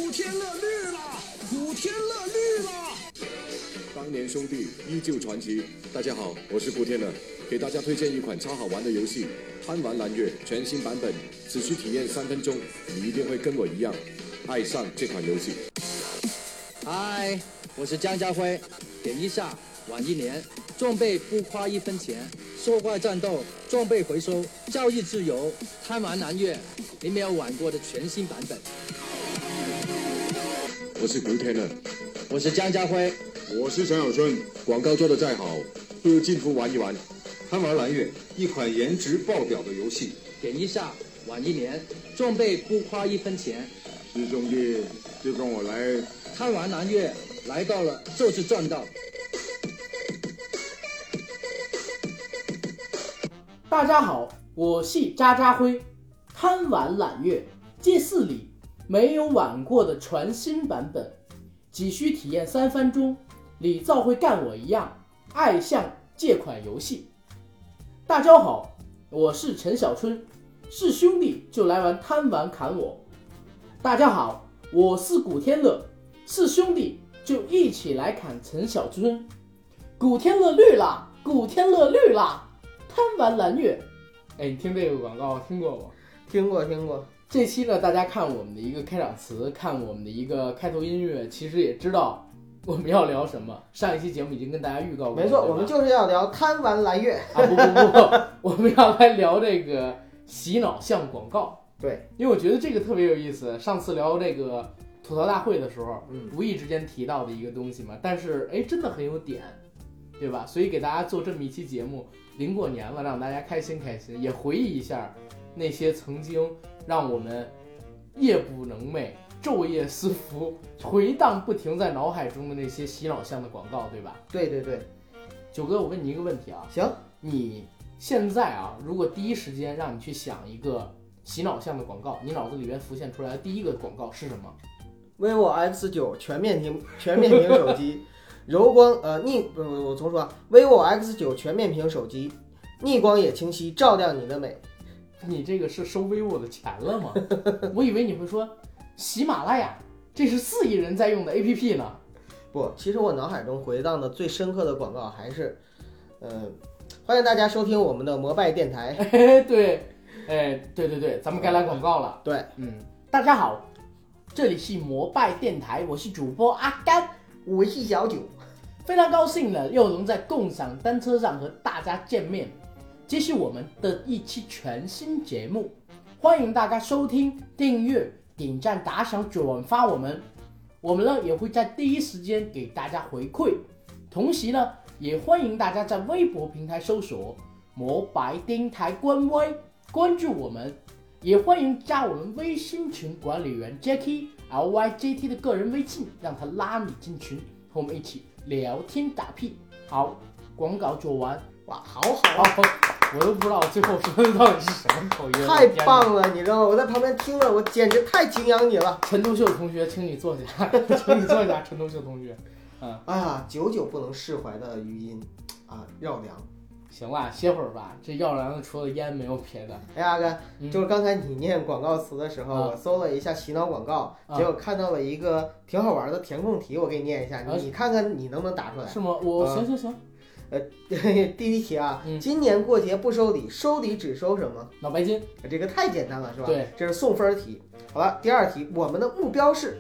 古天乐绿了，古天乐绿了。当年兄弟依旧传奇。大家好，我是古天乐，给大家推荐一款超好玩的游戏《贪玩蓝月》全新版本，只需体验3分钟，你一定会跟我一样爱上这款游戏。 嗨，我是江家辉，点一下晚1年，装备不花1分钱，说怪战斗，装备回收，交易自由，贪玩蓝月，你没有玩过的全新版本。 我是古天乐， 我是江家辉， 我是陈小春。 广告做得再好，不如进屋玩一玩。 贪玩蓝月，一款颜值爆表的游戏。 点一下晚1年，装备不花1分钱。 是兄弟，就跟我来。 贪玩蓝月，来到了就是赚到。 大家好，我是渣渣辉，贪玩揽月这4里没有玩过的全新版本，只需体验3分钟，你就会跟我一样爱上这款游戏。大家好，我是陈小春，是兄弟就来玩贪玩砍我。大家好，我是古天乐，是兄弟就一起来砍陈小春。古天乐绿啦，古天乐绿啦，贪玩蓝月。哎，你听这个广告听过吗？ 听过。 这期呢，大家看我们的一个开场词，看我们的一个开头音乐，其实也知道我们要聊什么。上一期节目已经跟大家预告过， 没错，我们就是要聊贪玩蓝月啊！不，我们要来聊这个洗脑向广告。 对， 因为我觉得这个特别有意思。上次聊这个吐槽大会的时候，无意之间提到的一个东西嘛，但是真的很有点，对吧？所以给大家做这么一期节目，临过年了，让大家开心开心，也回忆一下那些曾经让我们夜不能寐、昼夜思服、回荡不停在脑海中的那些洗脑向的广告，对吧？ 对。 九哥，我问你一个问题啊。 行， 你现在啊，如果第一时间让你去想一个洗脑向的广告，你脑子里面浮现出来的第一个广告是什么 ？vivo X9 全面屏手机，柔光我重说啊 ，vivo X9 全面屏手机，逆光也清晰，照亮你的美。 你这个是收 vivo 的钱了吗？我以为你会说喜马拉雅，这是4亿人在用的 APP 呢。 不，其实我脑海中回荡的最深刻的广告还是，欢迎大家收听我们的摩拜电台。 对，咱们该来广告了。 对， 大家好，这里是摩拜电台，我是主播阿甘， 我是小九， 非常高兴了，又能在共享单车上和大家见面。这是我们的一期全新节目，欢迎大家收听、订阅、点赞、打赏、转发我们呢也会在第一时间给大家回馈。同时呢，也欢迎大家在微博平台搜索摩拜电台官微，关注我们，也欢迎加我们微信群管理员 Jacky LYJT 的个人微信，让他拉你进群，和我们一起聊天打屁。好，广告做完。 哇，好， 我都不知道最后说的到底是什么口音。 太棒了，你知道吗？我在旁边听了，我简直太敬仰你了。 陈独秀同学，请你坐下，请你坐下，陈独秀同学。 哎呀，久久不能释怀的余音啊，绕梁。 行了，歇会儿吧。这绕梁的除了烟没有别的。 哎，阿甘，就是刚才你念广告词的时候，我搜了一下洗脑广告，结果看到了一个挺好玩的填空题，我给你念一下，你看看你能不能答出来？ 是吗？行。 第一题啊，今年过节不收礼，收礼只收什么？ 脑白金。 这个太简单了，是吧？ 对， 这是送分题。好了，第2题，我们的目标是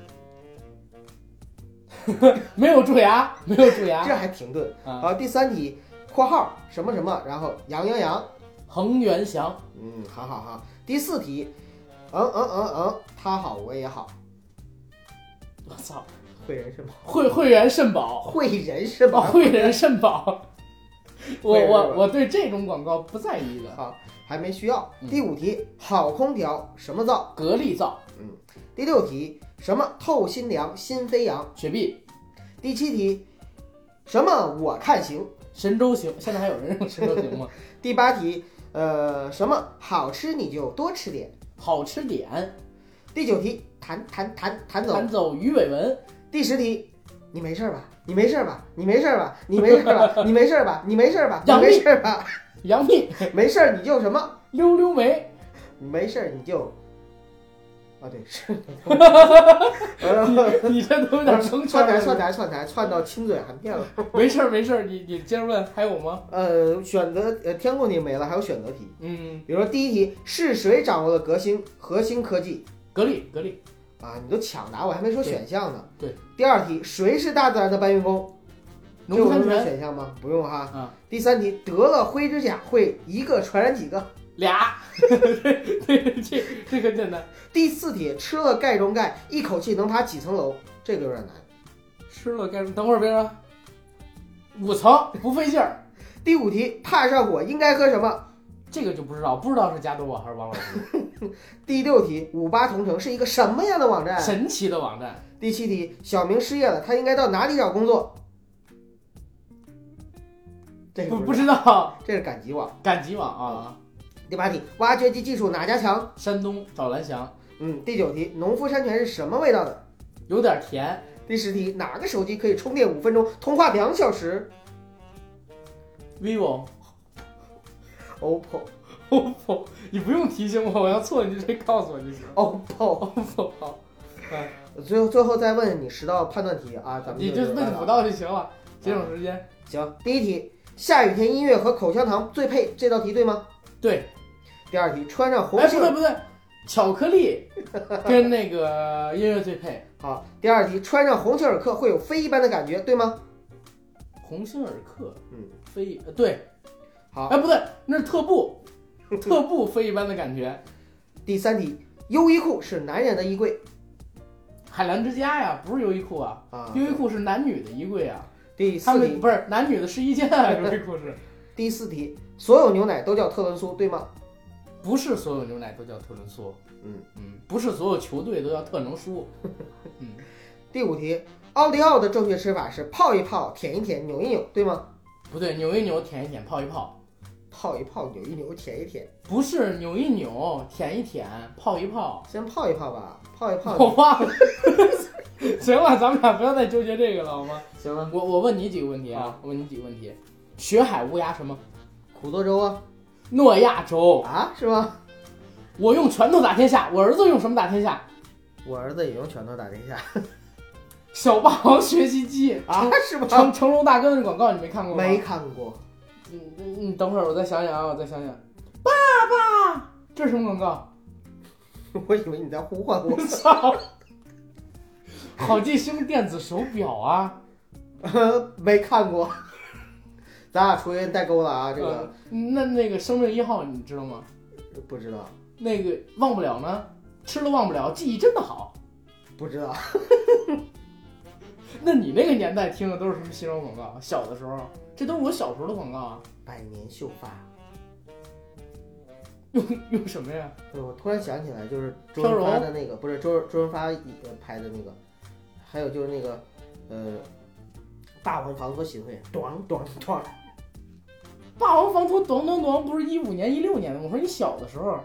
没有蛀牙， 这还挺对。好，第3题，括号什么什么，然后杨， 恒源祥。 好。第4题，他好我也好。 我操， 汇仁肾宝， 汇仁肾宝，汇仁肾宝。我对这种广告不在意的。 好，还没需要。第5题，好空调什么灶？ 格力灶。 第6题，什么透心凉心飞扬？ 雪碧。 第7题，什么我看行？ 神州行。现在还有人用神州行吗？ 第8题，什么好吃你就多吃点？ 好吃点。 第9题，弹走鱼尾纹。 第10题，你没事吧？ 杨幂。 没事你就什么？ 溜溜梅。 没事你就啊，对，是。 你这都有点生串台串串到亲嘴含片了。 没事儿，你接着问，还有吗？ 选择填空题没了，还有选择题。比如说第一题是谁掌握了核心科技？ 格力啊，你都抢答，我还没说选项呢。 对。 第二题，谁是大自然的搬运工？ 农夫山泉选项吗？不用哈。 啊。 第三题，得了灰指甲会一个传染几个？ 俩。这个简单。 第四题，吃了钙中钙，一口气能爬几层楼？这个有点难。 吃了钙中，等会儿别说，5层不费劲儿。 第五题，怕上火应该喝什么？ 这个就不知道是加多宝还是王老师。 第六题，58同城是一个什么样的网站？ 神奇的网站。 第七题，小明失业了，他应该到哪里找工作？这个不知道， 这是赶集网。 赶集网啊。 第八题，挖掘机技术哪家强？ 山东找蓝翔。 第九题，农夫山泉是什么味道的？ 有点甜。 第10题，哪个手机可以充电5分钟，通话2小时 ？vivo。OPPO， 你不用提醒我，我要错你就直接告诉我就行。OPPO 好。 最后再问你10道判断题啊，咱们你就问5道就行了，节省时间。 行，第一题，下雨天音乐和口香糖最配，这道题对吗？ 对。 第二题，穿上红不对，巧克力跟那个音乐最配。 好，第二题，穿上鸿星尔克会有飞一般的感觉，对吗？ 鸿星尔克，飞对。 好， 不对，那是特步，特步飞一般的感觉。 第三题，优衣库是男人的衣柜， 海澜之家呀，不是优衣库啊，优衣库是男女的衣柜啊。 第四题， 不是男女的试衣间啊，优衣库是。 第四题，所有牛奶都叫特仑苏，对吗？ 不是所有牛奶都叫特仑苏，不是所有球队都叫特能输， 第五题，奥利奥的正确吃法是泡一泡、舔一舔、扭一扭，对吗？ 不对，扭一扭、舔一舔、泡一泡， 泡一泡、扭一扭、舔一舔， 不是扭一扭、舔一舔、泡一泡， 先泡一泡吧，泡一泡。 我忘了。行了，咱们俩不要再纠结这个了，好吗？ 行了， 我问你几个问题啊，雪海乌鸦什么？ 苦多州啊。 诺亚舟啊，是吗？ 我用拳头打天下，我儿子用什么打天下？ 我儿子也用拳头打天下。 小霸王学习机啊，是吗？ 成龙大哥的广告你没看过吗？ 没看过。 你等会儿我再想想啊，爸爸，这是什么广告？ 我以为你在呼唤我。 操！好记星电子手表啊。 没看过。咱俩出现代沟了啊！这个， 那个生命1号你知道吗？ 不知道。 那个忘不了呢，吃了忘不了，记忆真的好。 不知道。 那你那个年代听的都是什么西装广告？小的时候，这都是我小时候的广告啊。 百年秀发。 用什么呀？ 我突然想起来，就是周润发的那个，不是周润发拍的那个，还有就是那个，霸王防脱洗头液，咚咚咚。 霸王防脱咚咚咚不是15年16年的，我说你小的时候。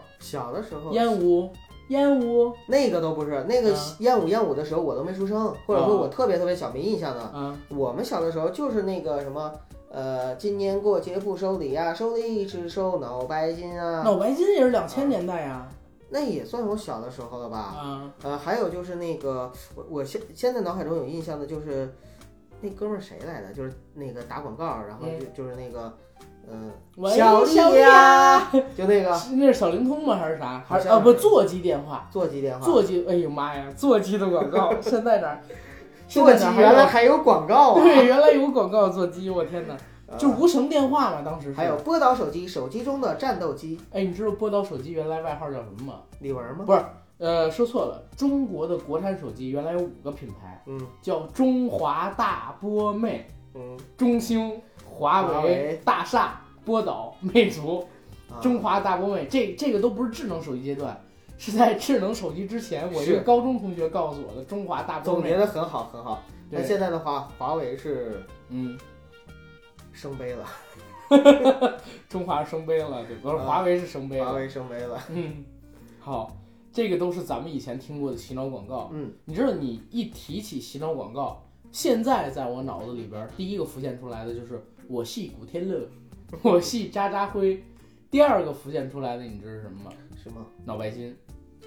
烟雾那个都不是，那个烟雾的时候我都没出生，或者说我特别小没印象的。我们小的时候就是那个什么，今年过节不收礼啊，收礼只收脑白金啊。 脑白金也是2000年代呀。 那也算我小的时候了吧？还有就是那个我现在脑海中有印象的就是那哥们儿谁来的，就是那个打广告，然后就是那个。小丽呀，就那个， 那是小灵通吗？还是啥？还是不座机电话？座机，哎呦妈呀，座机的广告，现在哪？ 座机原来还有广告啊！ 对，原来有广告座机，我天哪！就无绳电话嘛，当时是。 还有波导手机，手机中的战斗机。 哎，你知道波导手机原来外号叫什么吗？ 李文吗？ 不是，说错了，中国的国产手机原来有5个品牌，叫中华大波魅，中兴。华为、大厦、波导、魅族、中华大波魅，这个都不是智能手机阶段，是在智能手机之前，我一个高中同学告诉我的。中华大波魅总结的很好很好。那现在的话，华为是升杯了， 中华升杯了，对，不是华为是升杯了， 华为升杯了。 好，这个都是咱们以前听过的洗脑广告。你知道你一提起洗脑广告，现在在我脑子里边第一个浮现出来的就是我系古天乐，我系渣渣辉。第二个浮现出来的你知道是什么吗？ 什么？ 脑白金。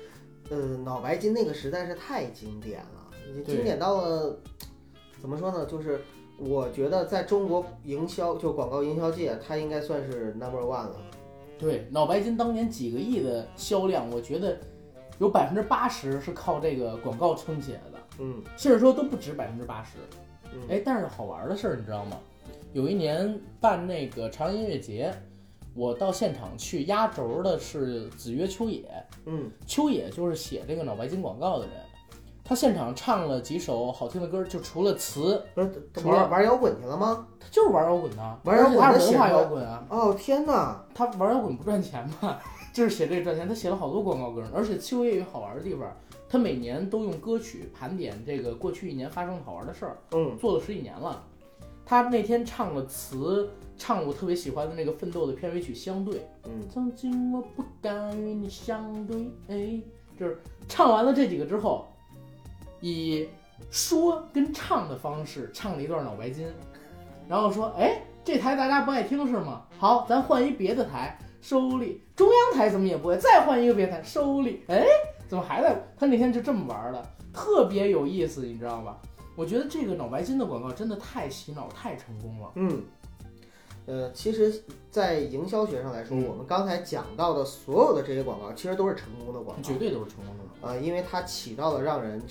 脑白金那个实在是太经典了，经典到了怎么说呢？就是我觉得在中国营销就广告营销界，它应该算是 No.1 了。 对，脑白金当年几个亿的销量，我觉得有80%是靠这个广告撑起来的。甚至说都不止80%。但是好玩的事儿你知道吗？有一年办那个朝阳音乐节，我到现场去，压轴的是子曰秋野。秋野就是写这个脑白金广告的人，他现场唱了几首好听的歌，就除了词， 除了玩摇滚去了吗？ 他就是玩摇滚的， 玩摇滚， 他是文化摇滚啊！ 哦天哪， 他玩摇滚不赚钱嘛，就是写这个赚钱。他写了好多广告歌，而且秋野有好玩的地方，他每年都用歌曲盘点这个过去一年发生的好玩的事儿。做了10几年了。他那天唱了词，唱了我特别喜欢的那个《奋斗》的片尾曲《相对》。曾经我不敢与你相对，就是唱完了这几个之后，以说跟唱的方式唱了一段脑白金，然后说，这台大家不爱听是吗？好，咱换一别的台，收礼。中央台怎么也不会，再换一个别的台，收礼。怎么还在？他那天就这么玩的，特别有意思，你知道吧？我觉得这个脑白金的广告真的太洗脑，太成功了。其实，在营销学上来说，我们刚才讲到的所有的这些广告，其实都是成功的广告， 绝对都是成功的广告。 因为它起到了让人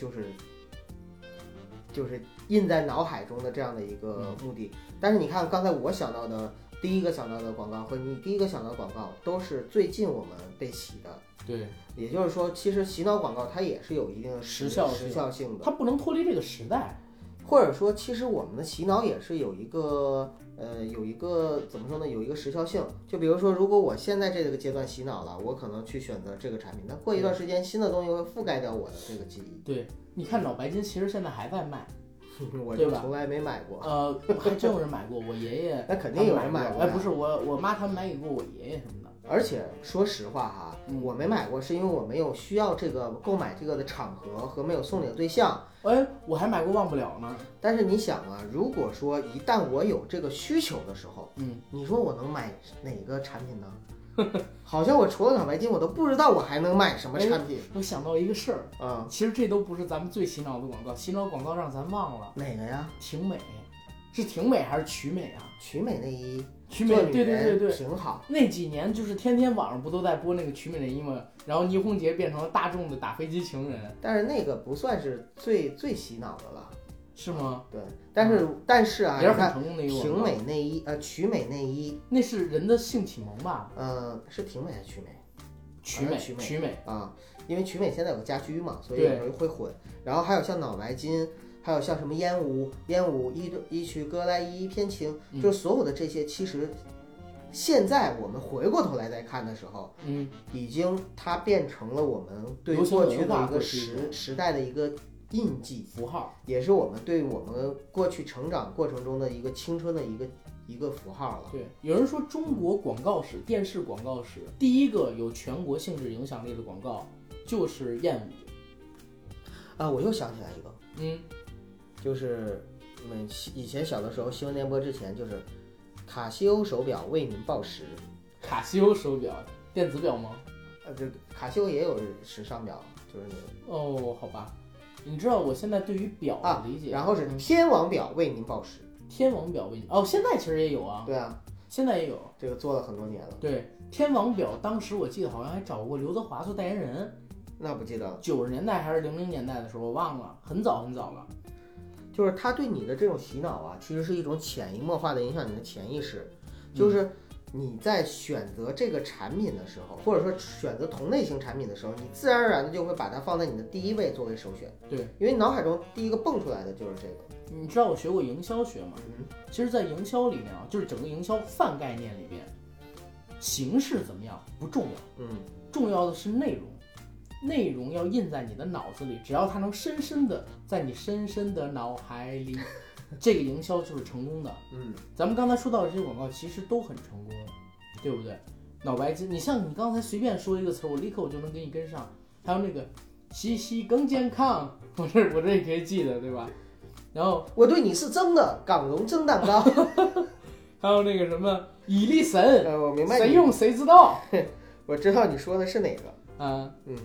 就是印在脑海中的这样的一个目的。但是你看，刚才我想到的第一个想到的广告和你第一个想到的广告，都是最近我们被洗的。 对， 也就是说，其实洗脑广告它也是有一定的时效性的， 它不能脱离这个时代。 或者说，其实我们的洗脑也是有一个怎么说呢？有一个时效性。就比如说，如果我现在这个阶段洗脑了，我可能去选择这个产品，但过一段时间，新的东西会覆盖掉我的这个记忆。 对，你看脑白金其实现在还在卖。 我就从来没买过。 还真有人买过，我爷爷那肯定有人买过。 不是我妈他们买给过我爷爷什么的。 而且说实话哈，我没买过，是因为我没有需要这个购买这个的场合和没有送礼的对象。 我还买过忘不了呢。 但是你想啊，如果说一旦我有这个需求的时候，你说我能买哪个产品呢？好像我除了脑白金，我都不知道我还能买什么产品。 我想到一个事儿其实这都不是咱们最洗脑的广告，洗脑广告让咱忘了哪个呀？ 婷美，是婷美还是曲美啊？ 曲美内衣。 曲美，对， 挺好。 那几年就是天天网上不都在播那个曲美内衣吗？然后倪虹洁变成了大众的打飞机情人。 但是那个不算是最洗脑的了， 是吗？ 对，但是啊， 也是很成功的一个婷美内衣，曲美内衣， 那是人的性启蒙吧？ 是婷美还是曲美？ 曲美啊，因为曲美现在有个家居嘛，所以有时候会混。然后还有像脑白金。还有像什么烟雾一曲歌来一片情，就是所有的这些，其实现在我们回过头来再看的时候，已经它变成了我们对过去的一个时代的一个印记符号， 也是我们对我们过去成长过程中的一个青春的一个符号了。 对，有人说中国广告史，电视广告史第一个有全国性质影响力的广告就是燕舞。 我又想起来一个，就是我们以前小的时候，新闻联播之前就是卡西欧手表为您报时。 卡西欧手表，电子表吗？ 这卡西欧也有时尚表，就是那个。好吧。你知道我现在对于表的理解， 然后是天王表为您报时。 天王表为您现在其实也有啊。 对啊， 现在也有， 这个做了很多年了。 对，天王表当时我记得好像还找过刘德华做代言人。 那不记得了 ，90年代还是00年代的时候，我忘了，很早很早了。 就是他对你的这种洗脑啊，其实是一种潜移默化的影响你的潜意识。就是你在选择这个产品的时候，或者说选择同类型产品的时候，你自然而然的就会把它放在你的第一位作为首选。 对， 因为你脑海中第一个蹦出来的就是这个。 你知道我学过营销学吗？其实，在营销里面啊，就是整个营销泛概念里边，形式怎么样不重要，重要的是内容。内容要印在你的脑子里，只要它能深深的在你深深的脑海里，这个营销就是成功的。咱们刚才说到的这些广告其实都很成功，对不对？脑白金，你像你刚才随便说一个词，我立刻我就能给你跟上。还有那个吸吸更健康，我这也可以记得，对吧？然后我对你是真的港蓉蒸蛋糕， 还有那个什么以力神， 我明白， 谁用谁知道。 我知道你说的是哪个。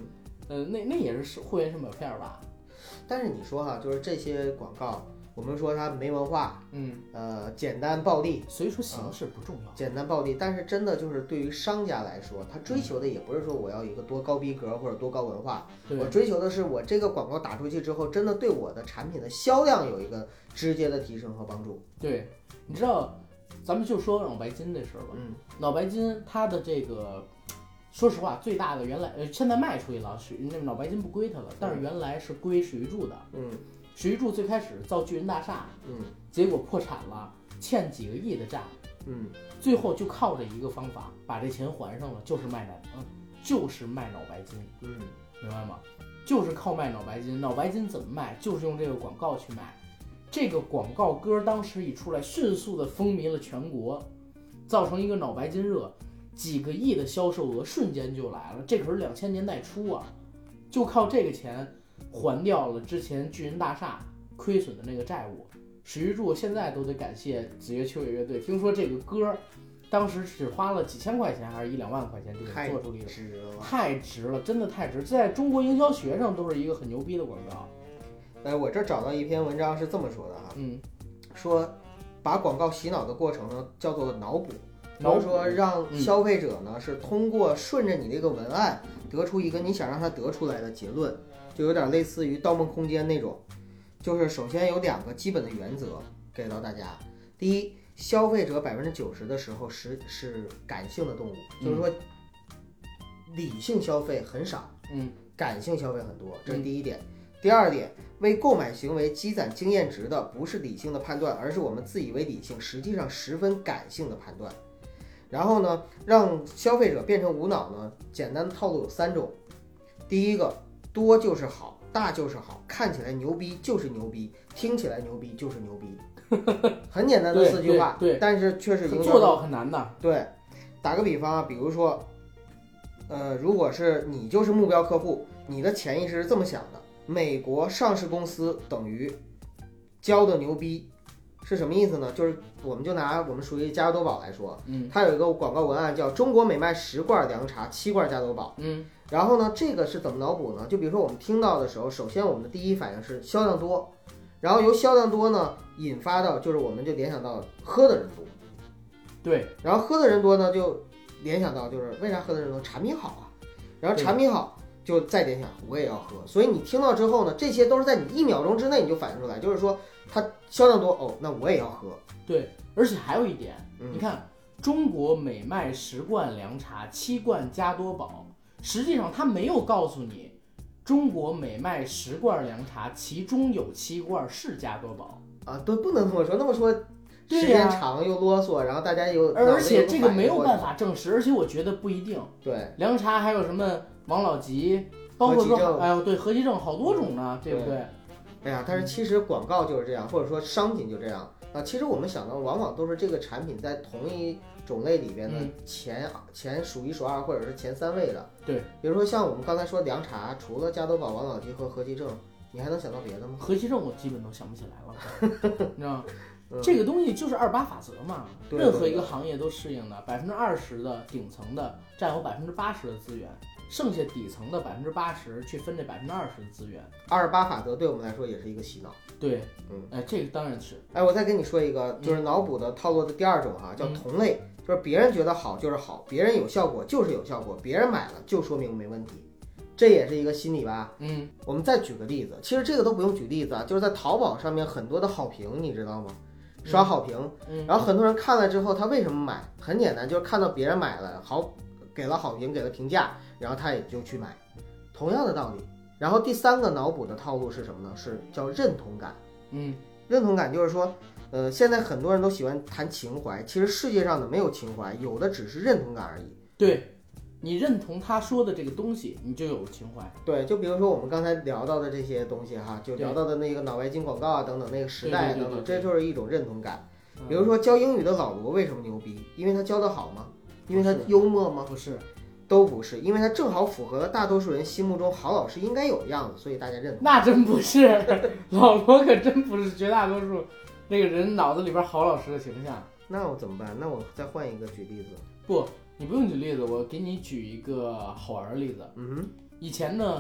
那也是会员申报片吧？ 但是你说哈，就是这些广告，我们说它没文化，简单暴力， 所以说形式不重要， 简单暴力。但是真的就是对于商家来说，他追求的也不是说我要一个多高逼格或者多高文化，我追求的是我这个广告打出去之后，真的对我的产品的销量有一个直接的提升和帮助。 对，你知道，咱们就说脑白金这事儿吧。脑白金它的这个，说实话，最大的原来现在卖出去了，那脑白金不归它了，但是原来是归史玉柱的。史玉柱最开始造巨人大厦，结果破产了，欠几个亿的债，最后就靠着一个方法把这钱还上了，就是卖脑白金，明白吗？就是靠卖脑白金。脑白金怎么卖？就是用这个广告去卖。这个广告歌当时一出来，迅速的风靡了全国，造成一个脑白金热，几个亿的销售额瞬间就来了。这可是2000年代初啊，就靠这个钱还掉了之前巨人大厦亏损的那个债务。史玉柱现在都得感谢紫月秋野乐队，听说这个歌当时只花了几千块钱还是1-2万块钱就给做出来了，太值了，真的太值，在中国营销学上都是一个很牛逼的广告。 我这找到一篇文章是这么说的哈，说把广告洗脑的过程呢叫做脑补，就是说让消费者呢是通过顺着你这个文案得出一个你想让他得出来的结论，就有点类似于《盗梦空间》那种。就是首先有2个基本的原则给到大家。第一，消费者90%的时候是感性的动物，就是说理性消费很少，感性消费很多，这是第一点。第二点，为购买行为积攒经验值的不是理性的判断，而是我们自以为理性，实际上十分感性的判断。然后呢，让消费者变成无脑呢，简单的套路有3种。第一个，多就是好，大就是好，看起来牛逼就是牛逼，听起来牛逼就是牛逼，很简单的4句话， 对， 但是确实做到很难的。 对，打个比方啊，比如说，如果是你就是目标客户，你的潜意识是这么想的：美国上市公司等于教的牛逼，是什么意思呢？就是我们就拿我们属于加多宝来说，它有一个广告文案叫中国每卖10罐凉茶7罐加多宝，然后呢，这个是怎么脑补呢？就比如说我们听到的时候，首先我们的第一反应是销量多，然后由销量多呢引发到就是我们就联想到喝的人多， 对， 然后喝的人多呢就联想到就是为啥喝的人多？产品好啊，然后产品好就再联想我也要喝，所以你听到之后呢，这些都是在你1秒钟之内你就反应出来，就是说它销量多哦，那我也要喝。 对，而且还有一点，你看中国每卖10罐凉茶7罐加多宝。实际上他没有告诉你，中国每卖10罐凉茶，其中有7罐是加多宝啊，对，不能这么说，那么说时间长又啰嗦，然后大家又而且这个没有办法证实，而且我觉得不一定。 对， 凉茶还有什么王老吉，包括说哎呦对合集症好多种呢，对不对？ 哎呀，但是其实广告就是这样，或者说商品就这样啊。其实我们想到往往都是这个产品在同一种类里边的前数1数2或者是前3位的。 对， 比如说像我们刚才说凉茶，除了加多宝、王老吉和合集症，你还能想到别的吗？ 合集症我基本都想不起来了，你知道吗？这个东西就是28法则嘛，任何一个行业都适应的，20%的顶层的占有80%的资源，剩下底层的80%去分这20%的资源。 28法则对我们来说也是一个洗脑。 对，这个当然是。 哎，我再跟你说一个，就是脑补的套路的第2种哈，叫同类，就是别人觉得好就是好，别人有效果就是有效果，别人买了就说明没问题。这也是一个心理吧。我们再举个例子，其实这个都不用举例子啊，就是在淘宝上面很多的好评，你知道吗？刷好评，然后很多人看了之后，他为什么买？很简单，就是看到别人买了好，给了好评，给了评价，然后他也就去买，同样的道理。然后第3个脑补的套路是什么呢？是叫认同感。认同感就是说，现在很多人都喜欢谈情怀，其实世界上呢没有情怀，有的只是认同感而已。 对。你认同他说的这个东西，你就有情怀。 对，就比如说我们刚才聊到的这些东西哈，就聊到的那个脑白金广告啊等等，那个时代等等，这就是一种认同感。比如说教英语的老罗为什么牛逼？因为他教得好吗？因为他幽默吗？ 不是， 都不是，因为他正好符合了大多数人心目中好老师应该有的样子，所以大家认同。 那真不是，老罗可真不是绝大多数那个人脑子里边好老师的形象。 那我怎么办？那我再换一个举例子。 不，你不用举例子，我给你举一个好玩的例子。以前呢，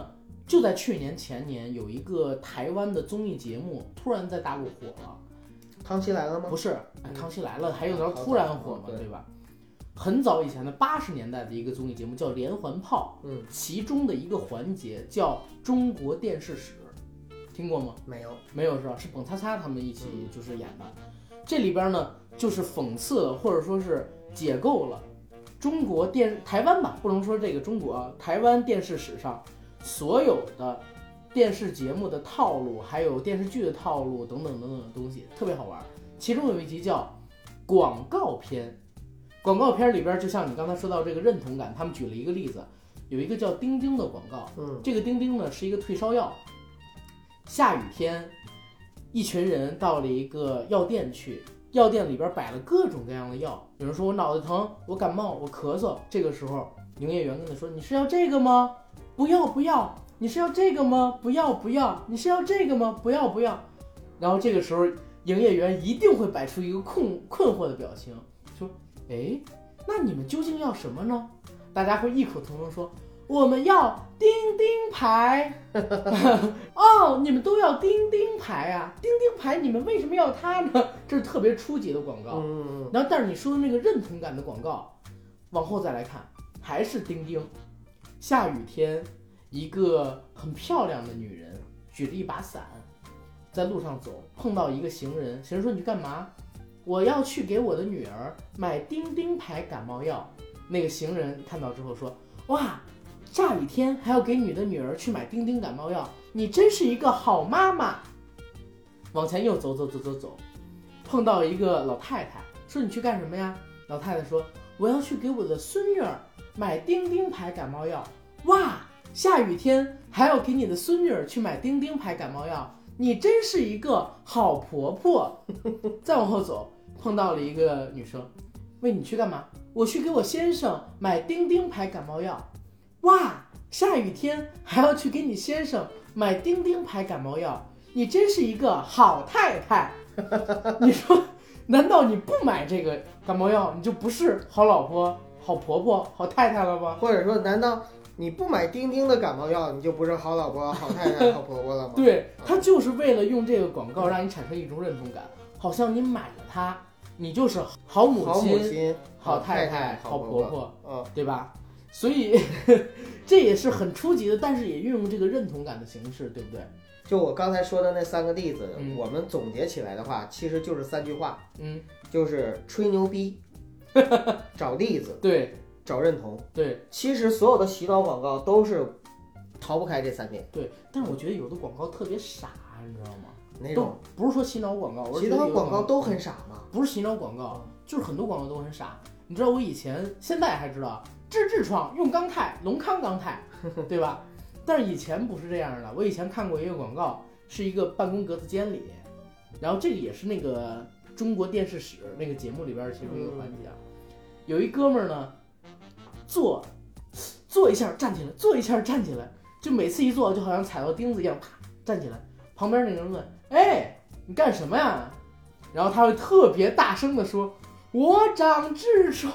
就在去年前年，有一个台湾的综艺节目突然在大陆火了。 康熙来了吗？ 不是，康熙来了还有点突然火嘛，对吧？很早以前的80年代的一个综艺节目叫《连环炮》，其中的一个环节叫中国电视史，听过吗？没有是吧？是蹦擦擦他们一起就是演的。这里边呢就是讽刺了或者说是解构了中国台湾吧，不能说这个中国台湾电视史上所有的电视节目的套路，还有电视剧的套路等等等等的东西，特别好玩。其中有一集叫广告片，广告片里边就像你刚才说到这个认同感，他们举了一个例子，有一个叫丁丁的广告，这个丁丁呢是一个退烧药。下雨天，一群人到了一个药店去，药店里边摆了各种各样的药，有人说我脑袋疼，我感冒，我咳嗽，这个时候营业员跟他说，你是要这个吗？不要不要。你是要这个吗？不要不要。你是要这个吗？不要不要。然后这个时候营业员一定会摆出一个困惑的表情，说哎，那你们究竟要什么呢？大家会异口同声说我们要钉钉牌哦，你们都要钉钉牌啊，钉钉牌你们为什么要它呢？这是特别初级的广告。然后但是你说的那个认同感的广告往后再来看，还是钉钉。下雨天，一个很漂亮的女人举着一把伞在路上走，碰到一个行人，行人说你去干嘛？我要去给我的女儿买钉钉牌感冒药。那个行人看到之后说，哇，下雨天还要给你的女儿去买钉钉感冒药，你真是一个好妈妈。往前又走，碰到一个老太太，说你去干什么呀？老太太说我要去给我的孙女儿买钉钉牌感冒药。哇，下雨天还要给你的孙女儿去买钉钉牌感冒药，你真是一个好婆婆。再往后走，碰到了一个女生，问你去干嘛？我去给我先生买钉钉牌感冒药。哇，下雨天还要去给你先生买钉钉牌感冒药，你真是一个好太太。你说难道你不买这个感冒药，你就不是好老婆、好婆婆、好太太了吗？ 或者说难道你不买钉钉的感冒药，你就不是好老婆、好太太、好婆婆了吗？ 对，他就是为了用这个广告让你产生一种认同感，好像你买了它，你就是好母亲、好太太、好婆婆，对吧？所以这也是很初级的，但是也运用这个认同感的形式，对不对？ 就我刚才说的那3个例子，我们总结起来的话，其实就是3句话，就是吹牛逼，找例子， 对， 找认同， 对。 其实所有的洗脑广告都是逃不开这3点。 对，但是我觉得有的广告特别傻，你知道吗？ 哪种？ 不是说洗脑广告， 洗脑广告都很傻吗？ 不是洗脑广告，就是很多广告都很傻。你知道我以前，现在还知道，治痔疮用钢钛，隆康钢钛，对吧？但是以前不是这样的。我以前看过一个广告，是一个办公格子间里，然后这个也是那个中国电视史那个节目里边其中一个环节啊，有一哥们儿呢，坐一下站起来，坐一下站起来，就每次一坐就好像踩到钉子一样，啪站起来。旁边那个人问：“哎，你干什么呀？”然后他会特别大声的说：“我长痔疮。”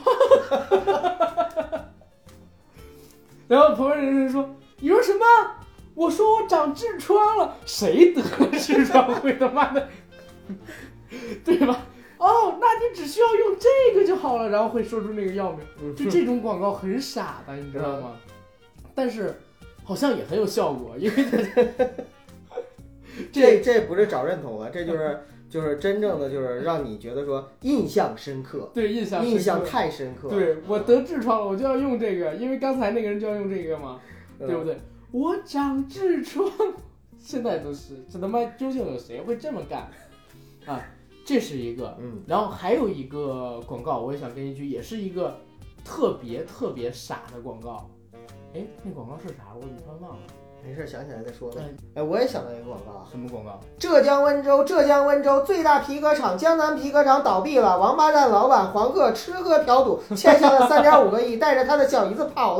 然后旁边那个人说：“你说什么？”我说我长痔疮了。谁得痔疮会他妈的，对吧？哦，那你只需要用这个就好了，然后会说出那个药名。就这种广告很傻的，你知道吗？但是好像也很有效果，因为这不是找认同了，这就是真正的就是让你觉得说印象深刻。 对，印象太深刻。 对，我得痔疮了，我就要用这个，因为刚才那个人就要用这个嘛，对不对？我长痔疮，现在都是这他妈究竟有谁会这么干啊？这是一个，然后还有一个广告，我也想跟一句，也是一个特别傻的广告。哎，那广告是啥？我怎么突然忘了？ 没事，想起来再说吧。哎，我也想到一个广告。 什么广告？ 浙江温州最大皮革厂江南皮革厂倒闭了，王八蛋老板黄鹤吃喝嫖赌，欠下了3.5个亿，带着他的小姨子跑了。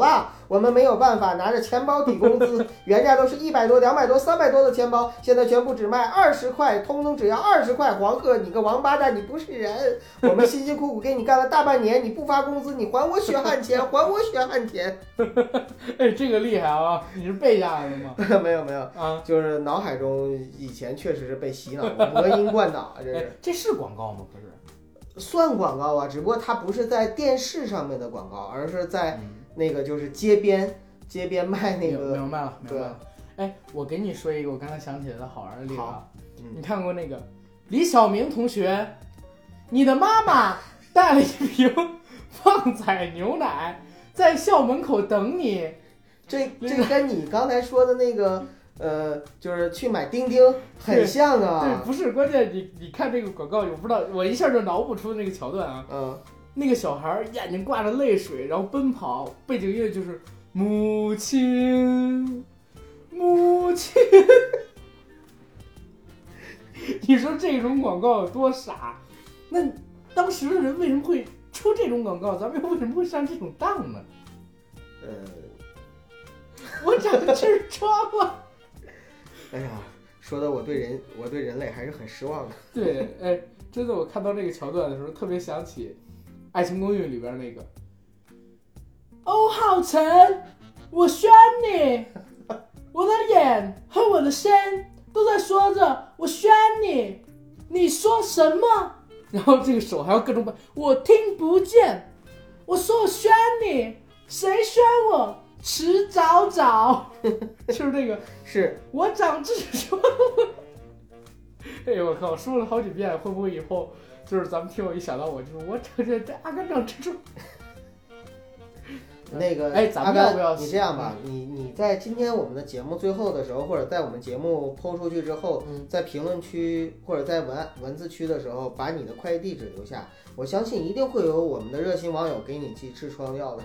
我们没有办法拿着钱包抵工资，原价都是100多、200多、300多的钱包，现在全部只卖20块，通通只要20块。黄鹤，你个王八蛋，你不是人！我们辛辛苦苦给你干了大半年，你不发工资，你还我血汗钱，还我血汗钱！ 哎，这个厉害啊！你是背下来的吗？ 没有啊，就是脑海中以前确实是被洗脑的，魔音贯脑啊，这是。 这是广告吗？不是。 算广告啊，只不过它不是在电视上面的广告，而是在那个就是街边卖那个。 明白了。哎，我给你说一个我刚才想起来的好玩的例子啊，你看过那个李小明同学，你的妈妈带了一瓶旺仔牛奶在校门口等你， 这跟你刚才说的那个。就是去买钉钉很像啊。 对，不是关键，你看这个广告，我不知道，我一下就脑补出那个桥段啊。那个小孩眼睛挂着泪水，然后奔跑，背景音乐就是母亲。你说这种广告有多傻？那当时的人为什么会出这种广告？咱们又为什么会上这种当呢？我长痔疮了。 哎呀，说的我对人类还是很失望的。 对，哎，真的，我看到这个桥段的时候，特别想起《爱情公寓》里边那个欧浩辰，我选你，我的眼和我的心都在说着我选你，你说什么？然后这个手还要各种摆，我听不见，我说我选你，谁选我？迟早早，就是这个， 是我长痔疮。哎呦我靠，说了好几遍，会不会以后就是咱们听友一想到我，就是我这阿甘长痔疮。 那个， 哎，咱们要不要？ 你这样吧，你在今天我们的节目最后的时候，或者在我们节目抛出去之后，在评论区或者在文字区的时候，把你的快递地址留下，我相信一定会有我们的热心网友给你寄痔疮药的。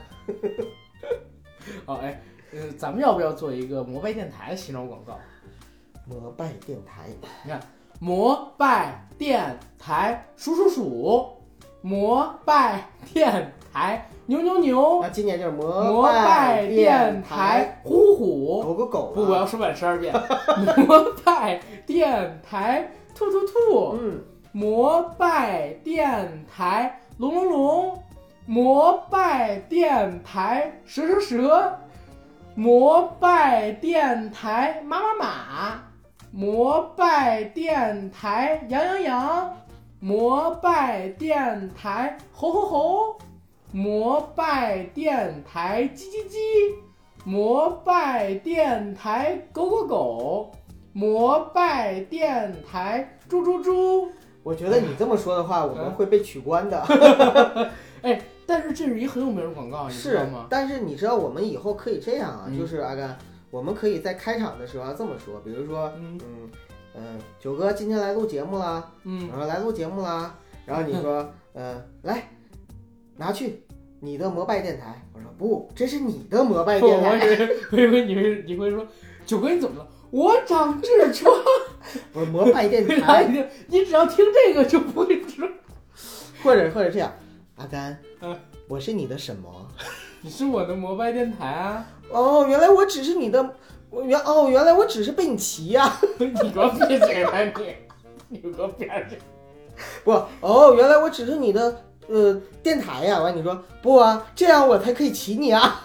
哦，哎，咱们要不要做一个摩拜电台的洗脑广告？ 摩拜电台， 你看，摩拜电台数，摩拜电台牛， 那今年就是摩拜电台虎， 狗， 不，我要说满12遍。摩拜电台兔，摩拜电台龙。摩拜电台蛇，摩拜电台马，摩拜电台羊，摩拜电台吼，摩拜电台叽，摩拜电台狗，摩拜电台猪。 我觉得你这么说的话，我们会被取关的。 哎，但是这是一个很有名的广告，你知道吗？ 但是你知道我们以后可以这样啊，就是阿甘，我们可以在开场的时候要这么说，比如说，九哥今天来录节目啦，我说来录节目啦，然后你说，来拿去你的摩拜电台，我说不，这是你的摩拜电台。 我以为你会说，九哥你怎么了？我长痔疮。 我摩拜电台， 你只要听这个就不会说， 或者这样，阿甘，我是你的什么？ 你是我的摩拜电台啊！ 哦，原来我只是你的，原来我只是被你骑呀！ 你给我闭嘴吧你给我闭嘴！ 不，原来我只是你的电台呀！完你说不啊，这样我才可以骑你啊！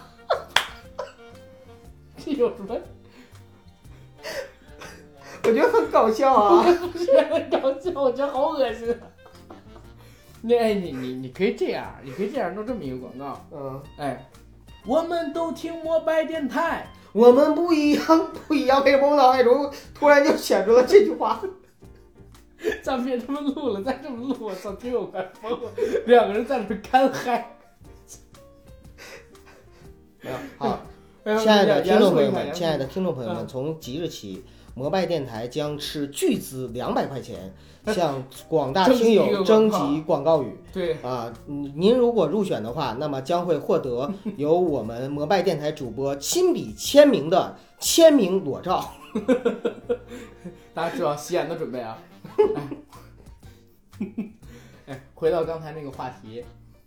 这有什么？ 我觉得很搞笑啊！ 不是很搞笑，我觉得好恶心啊！你可以这样，弄这么一个广告，哎，我们都听摩拜电台， 我们不一样，为什么我脑海中突然就显出了这句话？ 咱们别这么录了，再这么录，我操，听我快疯了！2个人在这干嗨。 好，亲爱的听众朋友们，从即日起，摩拜电台将斥巨资200块钱向广大听友征集广告语。 对啊，您如果入选的话，那么将会获得由我们摩拜电台主播亲笔签名的签名裸照。 大家做好洗眼的准备啊！哎，回到刚才那个话题，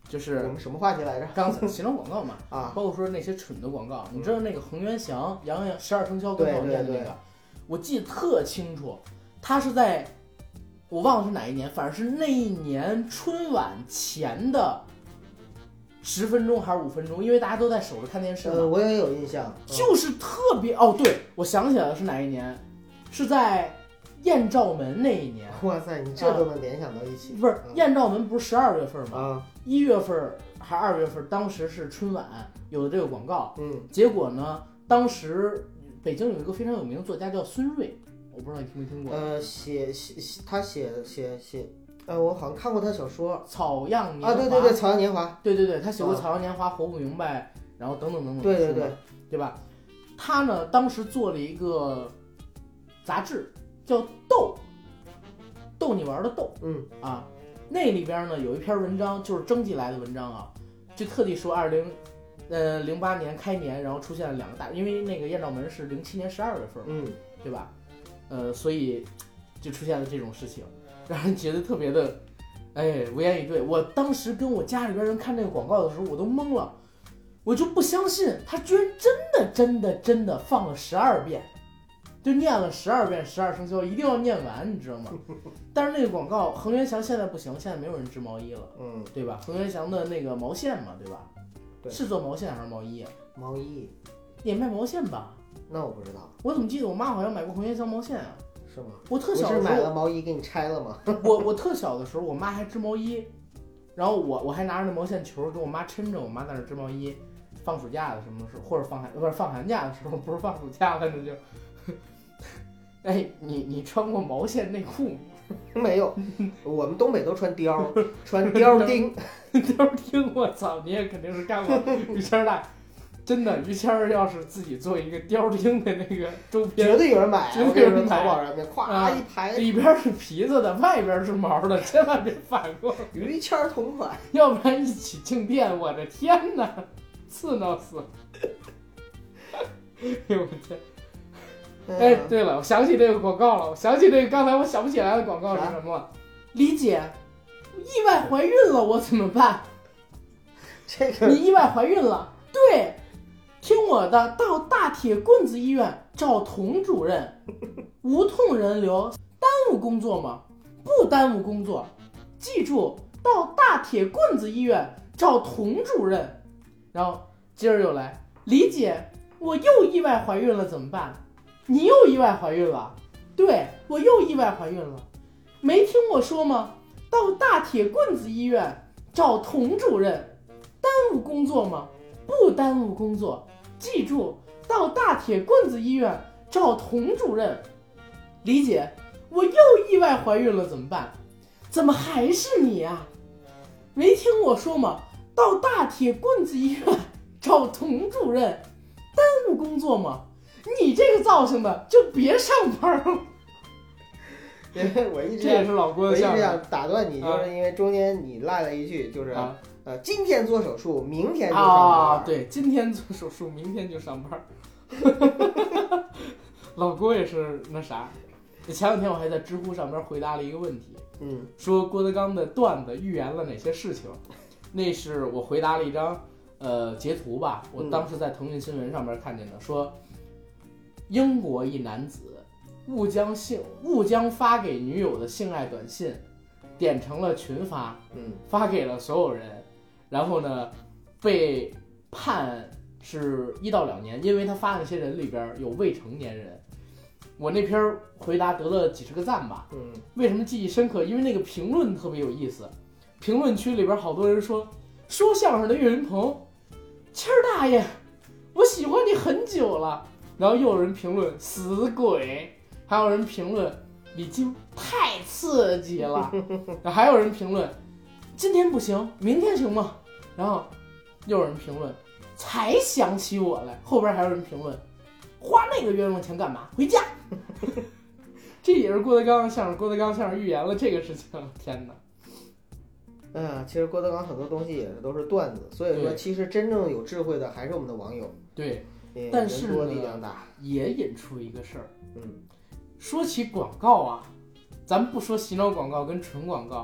就是我们什么话题来着？ 刚才洗脑广告嘛， 啊， 包括说那些蠢的广告，你知道那个恒源祥、杨洋12生肖更好念的那个，我记得特清楚，他是在我忘了是哪一年，反正是那一年春晚前的10分钟还是5分钟，因为大家都在守着看电视嘛。 我也有印象， 就是特别对，我想起来了是哪一年，是在艳照门那一年。 哇塞，你这都能联想到一起？ 不是，艳照门不是12月份吗？1月份还2月份，当时是春晚有的这个广告。结果呢，当时北京有一个非常有名的作家叫孙瑞，我不知道你听没听过。 他写，我好像看过他小说 《草样年华》 啊，对，《草样年华》， 对，他写过《草样年华》，活不明白，然后等等，对吧？他呢，当时做了一个杂志，叫逗你玩的逗，那里边呢有一篇文章，就是征集来的文章啊，就特地说08年开年，然后出现了2个大，因为那个艳照门是07年12月份，对吧？所以就出现了这种事情，让人觉得特别的，无言以对。我当时跟我家里边人看这个广告的时候，我都懵了，我就不相信他居然真的放了12遍，就念了12遍12生肖，一定要念完，你知道吗？但是那个广告，恒源祥现在不行，现在没有人织毛衣了，对吧？恒源祥的那个毛线嘛，对吧？ 对， 是做毛线还是毛衣啊？ 毛衣， 也卖毛线吧？ 那我不知道， 我怎么记得我妈好像买过恒源祥毛线啊？ 是吗？ 我特小的时候， 不是买了毛衣给你拆了吗？ 我特小的时候，我妈还织毛衣，然后我还拿着那毛线球给我妈抻着，我妈在那织毛衣。放暑假的什么时候，或者放寒假的时候，不是放暑假了，那就。你穿过毛线内裤吗？ 没有，我们东北都穿貂，穿貂钉。 貂钉，我操，你也肯定是干过于谦的。真的，于谦要是自己做一个貂钉的那个周边， 绝对有人买。 绝对有人买。 淘宝上面咵一排， 里边是皮子的，外边是毛的，千万别反过。 于谦同款， 要不然一起静电，我的天哪，刺挠死！哎呦我天！对了，我想起这个广告了，我想起这个刚才我想不起来的广告是什么了。李姐，意外怀孕了，我怎么办？ 这个你意外怀孕了，对，听我的，到大铁棍子医院找童主任，无痛人流，耽误工作吗？不耽误工作，记住，到大铁棍子医院找童主任。然后接着又来，李姐，我又意外怀孕了，怎么办？你又意外怀孕了？对，我又意外怀孕了，没听我说吗？到大铁棍子医院找童主任，耽误工作吗？不耽误工作，记住，到大铁棍子医院找童主任。李姐，我又意外怀孕了，怎么办？怎么还是你啊？没听我说吗？到大铁棍子医院找童主任，耽误工作吗？你这个造型的就别上班了。 因为我一直这也是老郭的相声，我一直想打断你，就是因为中间你落了一句，就是今天做手术，明天就上班。 对，今天做手术，明天就上班。老郭也是那啥，前两天我还在知乎上边回答了一个问题，说郭德纲的段子预言了哪些事情。那是我回答了一张截图吧，我当时在腾讯新闻上面看见的，说英国一男子误将发给女友的性爱短信点成了群发，发给了所有人，然后呢被判是1到2年，因为他发的那些人里边有未成年人。我那篇回答得了几十个赞吧，为什么记忆深刻？因为那个评论特别有意思，评论区里边好多人说相声的岳云鹏，谦儿大爷，我喜欢你很久了。然后又有人评论死鬼，还有人评论李菁太刺激了，然后还有人评论今天不行，明天行吗？然后又有人评论才想起我来，后边还有人评论花那个冤枉钱干嘛？回家。这也是郭德纲相声预言了这个事情，天哪！ 其实郭德纲很多东西也是都是段子，所以说其实真正有智慧的还是我们的网友。 对，但是呢，力量大， 也引出一个事儿。说起广告啊，咱们不说洗脑广告跟纯广告，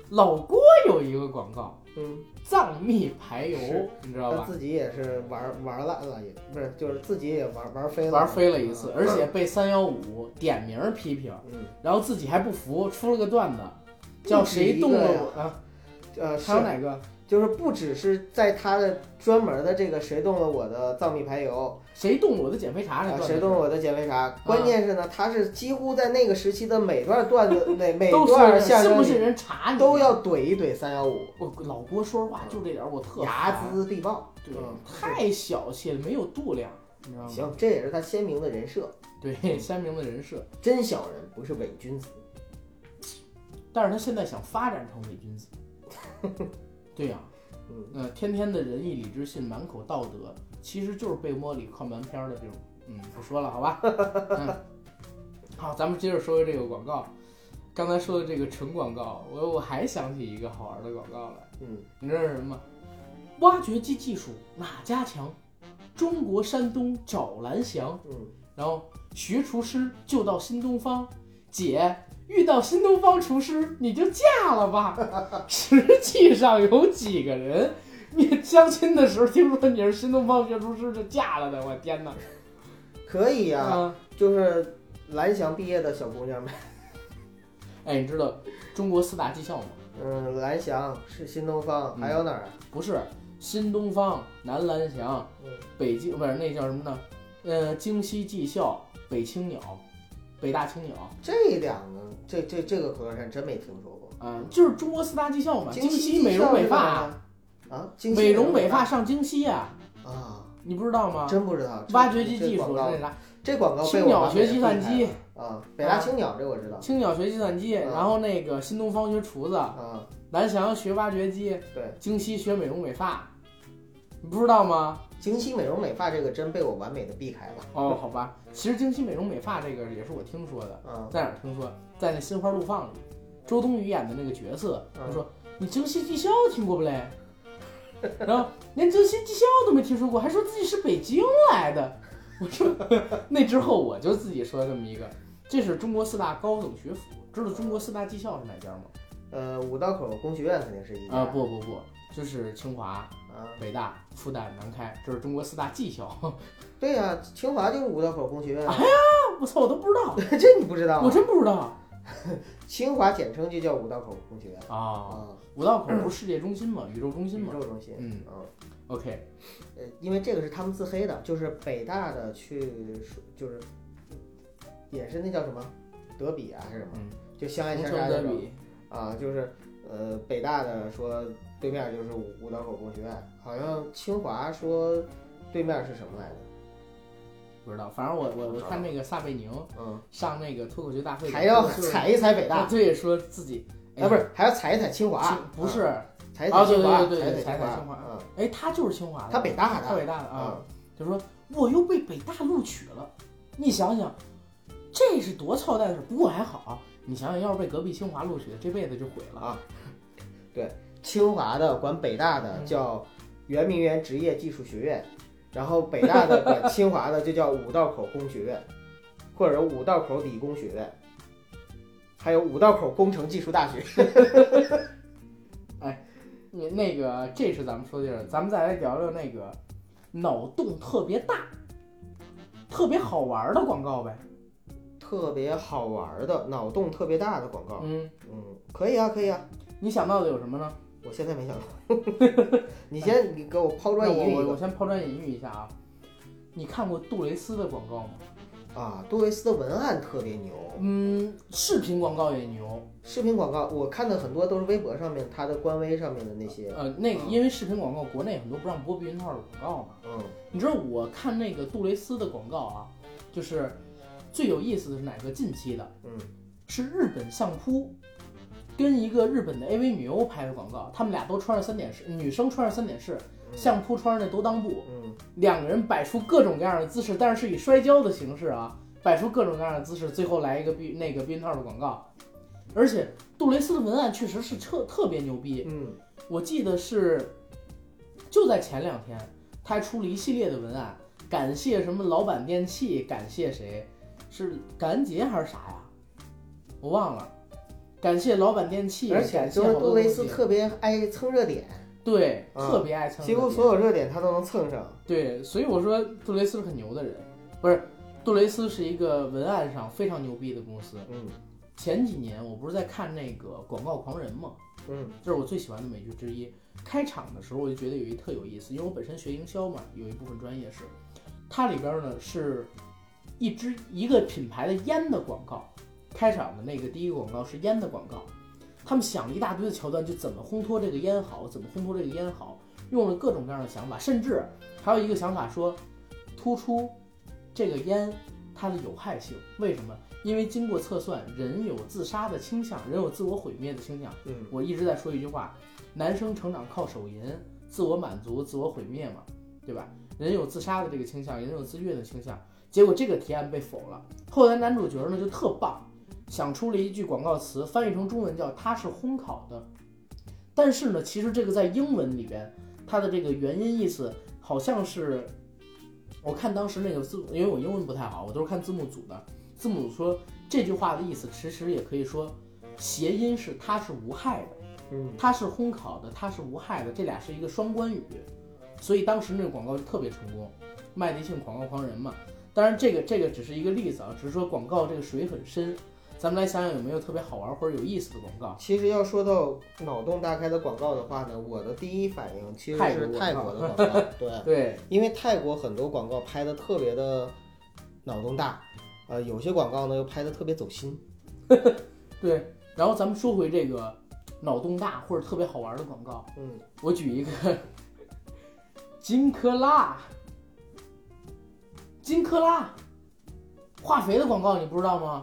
老郭有一个广告，藏秘排油，你知道吧？ 他自己也是玩烂了，也不是，就是自己也玩飞了， 玩飞了一次，而且被315点名批评，然后自己还不服，出了个段子，叫谁动了我啊？还有哪个？ 就是不只是在他的专门的这个谁动了我的藏秘排油， 谁动了我的减肥茶， 谁动了我的减肥茶，关键是呢，他是几乎在那个时期的每段段子每段相声是不是人查你都要怼一怼315。 我老郭说实话就这点我特睚眦必报， 对，太小气了，没有度量，你知道吗？ 行，这也是他鲜明的人设， 对，鲜明的人设， 真小人不是伪君子， 但是他现在想发展成伪君子。对呀、天天的仁义礼智信，满口道德，其实就是被窝里看完片的这种。不说了，好吧。好，咱们接着说这个广告。刚才说的这个纯广告，我还想起一个好玩的广告来。你知道是什么吗？挖掘机技术哪家强？中国山东找蓝翔。然后学厨师就到新东方，姐。遇到新东方厨师你就嫁了吧。实际上有几个人你相亲的时候听说你是新东方学厨师就嫁了的，我天哪。 可以呀、就是蓝翔毕业的小姑娘们。 哎，你知道中国4大技校吗？ 蓝翔是新东方，还有哪儿？ 不是新东方、南蓝翔、北京，不是那叫什么呢？京西技校、北青鸟、北大青鸟。 这两个，这个口头禅真没听说过。 就是中国4大技校嘛，京西美容美发啊， 美容美发上京西啊。你不知道吗？ 真不知道。 挖掘机技术那啥。 这广告青鸟学计算机北大青鸟这我知道。 青鸟学计算机，然后那个新东方学厨子，蓝翔学挖掘机， 对， 京西学美容美发，你不知道吗？ 京西美容美发这个真被我完美的避开了。 好吧，其实京西美容美发这个也是我听说的。在哪儿听说？在那《心花怒放》里，周冬雨演的那个角色，他说：“你京西技校听过不嘞？”然后连京西技校都没听说过，还说自己是北京来的。我说，那之后我就自己说这么一个，这是中国4大高等学府。知道中国4大技校是哪家吗？ 五道口工学院肯定是一家。 不，就是清华、北大、复旦、南开，这是中国4大技校。 对呀、清华就是五道口工学院。 哎呀，我操，我都不知道。 这你不知道、 我真不知道。 清华简称就叫五道口工学院。 五道口不是世界中心吗？宇宙中心吗？ 宇宙中心。 OK。 因为这个是他们自黑的，就是北大的就是也是那叫什么德比啊还是什么，就相爱相杀那种就是北大的说对面就是五道口工学院，好像清华说对面是什么来着？ 不知道，反正我看那个撒贝宁，上那个脱口秀大会还要踩一踩北大， 对，说自己不是还要踩一踩清华， 不是。 踩踩清华， 对，踩清华。他就是清华的， 他北大的， 他北大的啊。就说我又被北大录取了，你想想，这是多操蛋的事。不过还好，你想想，要是被隔壁清华录取的，这辈子就毁了啊。 对，清华的管北大的叫圆明园职业技术学院，然后北大的管清华的就叫五道口工学院，或者五道口理工学院，还有五道口工程技术大学。 你那个，这是咱们说的，咱们再来聊聊那个脑洞特别大、特别好玩的广告呗。 特别好玩的、脑洞特别大的广告，可以啊，可以啊。 你想到的有什么呢？ 我现在没想到。你给我抛砖引玉。 我先抛砖引玉一下啊。你看过杜蕾斯的广告吗？ 杜蕾斯的文案特别牛。 视频广告也牛。 视频广告我看的很多都是微博上面它的官微上面的那些。 因为视频广告国内很多不让播避孕套的广告嘛。你知道我看那个杜蕾斯的广告啊，就是最有意思的是哪个近期的？是日本相扑跟一个日本的 AV 女优拍的广告，他们俩都穿着3点式，女生穿着3点式，相扑穿着那兜裆布，两个人摆出各种各样的姿势，但是是以摔跤的形式啊，摆出各种各样的姿势，最后来一个避孕套的广告。而且杜蕾斯的文案确实是特别牛逼。我记得是就在前2天，他还出了一系列的文案，感谢什么老板电器，感谢谁，是感恩节还是啥呀？我忘了。 感谢老板电器， 而且就是杜蕾斯特别爱蹭热点， 对，特别爱蹭热点， 几乎所有热点他都能蹭上。 对，所以我说杜蕾斯是很牛的人，不是，杜蕾斯是一个文案上非常牛逼的公司。前几年我不是在看那个《广告狂人》吗？这是我最喜欢的美剧之一。开场的时候我就觉得有一特有意思，因为我本身学营销嘛，有一部分专业是，它里边呢是一个品牌的烟的广告，开场的那个第一个广告是烟的广告，他们想了一大堆的桥段，就怎么烘托这个烟好，怎么烘托这个烟好，用了各种各样的想法，甚至还有一个想法说突出这个烟它的有害性。为什么？因为经过测算，人有自杀的倾向，人有自我毁灭的倾向。我一直在说一句话，男生成长靠手淫，自我满足自我毁灭嘛，对吧？人有自杀的这个倾向，人有自虐的倾向。结果这个提案被否了，后来男主角呢就特棒，想出了一句广告词，翻译成中文叫它是烘烤的。但是呢，其实这个在英文里边它的这个原因意思好像是，我看当时那个字，因为我英文不太好，我都是看字幕组的，字幕组说这句话的意思其实也可以说谐音是它是无害的，它是烘烤的，它是无害的，这俩是一个双关语，所以当时那个广告就特别成功，麦迪逊广告狂人嘛。当然这个只是一个例子啊，只是说广告这个水很深，咱们来想想有没有特别好玩或者有意思的广告。 其实要说到脑洞大开的广告的话呢，我的第一反应其实是泰国的广告。对，因为泰国很多广告拍的特别的脑洞大，有些广告呢又拍的特别走心。 对，然后咱们说回这个脑洞大或者特别好玩的广告，我举一个金克拉化肥的广告，你不知道吗？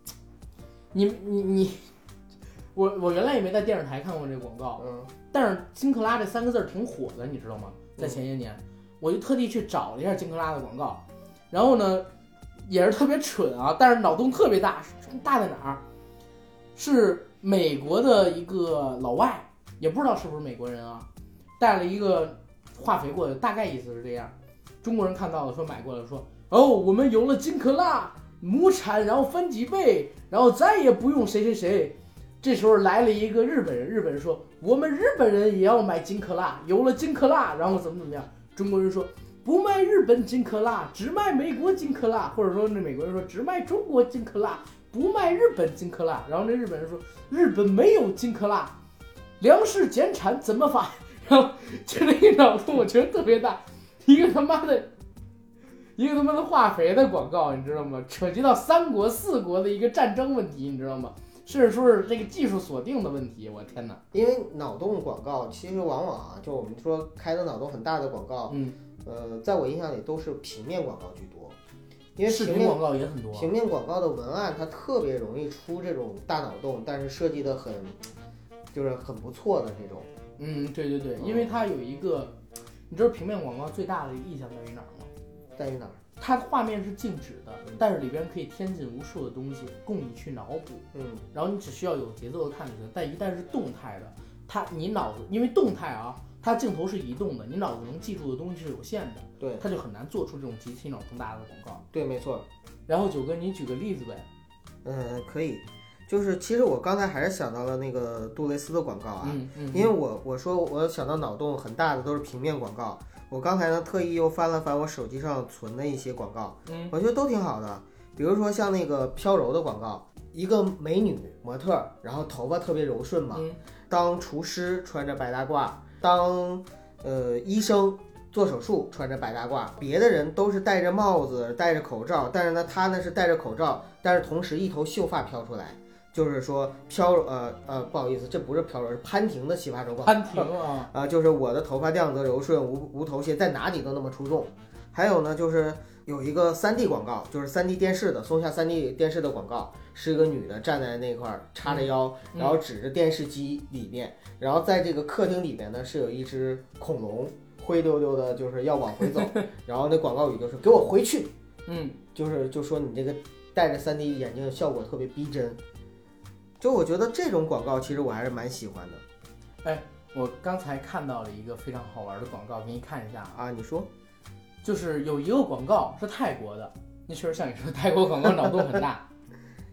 我原来也没在电视台看过这个广告，但是金克拉这3个字挺火的，你知道吗？在前些年，我就特地去找了一下金克拉的广告，然后呢，也是特别蠢啊，但是脑洞特别大，大在哪儿？是美国的一个老外，也不知道是不是美国人啊，带了一个化肥过来，大概意思是这样。中国人看到了说买过来说，我们有了金克拉，亩产然后翻几倍，然后再也不用谁谁谁。这时候来了一个日本人，日本人说我们日本人也要买金克拉，有了金克拉然后怎么样。中国人说不卖日本金克拉，只卖美国金克拉，或者说那美国人说只卖中国金克拉，不卖日本金克拉。然后那日本人说日本没有金克拉，粮食减产怎么法？然后就这个脑洞我觉得特别大，一个他妈的化肥的广告，你知道吗？扯及到3国4国的一个战争问题，你知道吗？甚至说是这个技术锁定的问题，我天哪！ 因为脑洞广告其实往往就我们说开的脑洞很大的广告，在我印象里都是平面广告居多，因为视频广告也很多。 平面广告的文案它特别容易出这种大脑洞，但是设计的很不错的这种。 对，因为它有一个，你知道平面广告最大的意象在于哪儿吗？ 在于哪儿？ 它的画面是静止的，但是里边可以添进无数的东西供你去脑补，然后你只需要有节奏的看就行。但一旦是动态的，你脑子因为动态啊，它镜头是移动的，你脑子能记住的东西是有限的， 对， 它就很难做出这种极其脑洞大的广告。 对，没错。 然后九哥，你举个例子呗？ 可以。就是其实我刚才还是想到了那个杜蕾斯的广告啊，因为我说我想到脑洞很大的都是平面广告。我刚才呢特意又翻了翻我手机上存的一些广告，我觉得都挺好的。比如说像那个飘柔的广告，一个美女模特，然后头发特别柔顺嘛，当厨师穿着白大褂，当医生做手术穿着白大褂，别的人都是戴着帽子戴着口罩，但是呢她呢是戴着口罩，但是同时一头秀发飘出来。就是说不好意思，这不是飘柔，是潘婷的洗发水广告。 潘婷啊， 就是我的头发亮泽柔顺，无头屑，在哪里都那么出众。还有呢，就是有一个3D 广告，就是3D 电视的松下3D 电视的广告，是一个女的站在那块叉着腰，然后指着电视机里面，然后在这个客厅里面呢是有一只恐龙灰溜溜的，就是要往回走，然后那广告语就是给我回去，就说你这个戴着3D 眼镜效果特别逼真。就我觉得这种广告其实我还是蛮喜欢的。 我刚才看到了一个非常好玩的广告，给你看一下啊。你说， 就是有一个广告是泰国的，那确实像你说泰国广告脑洞很大。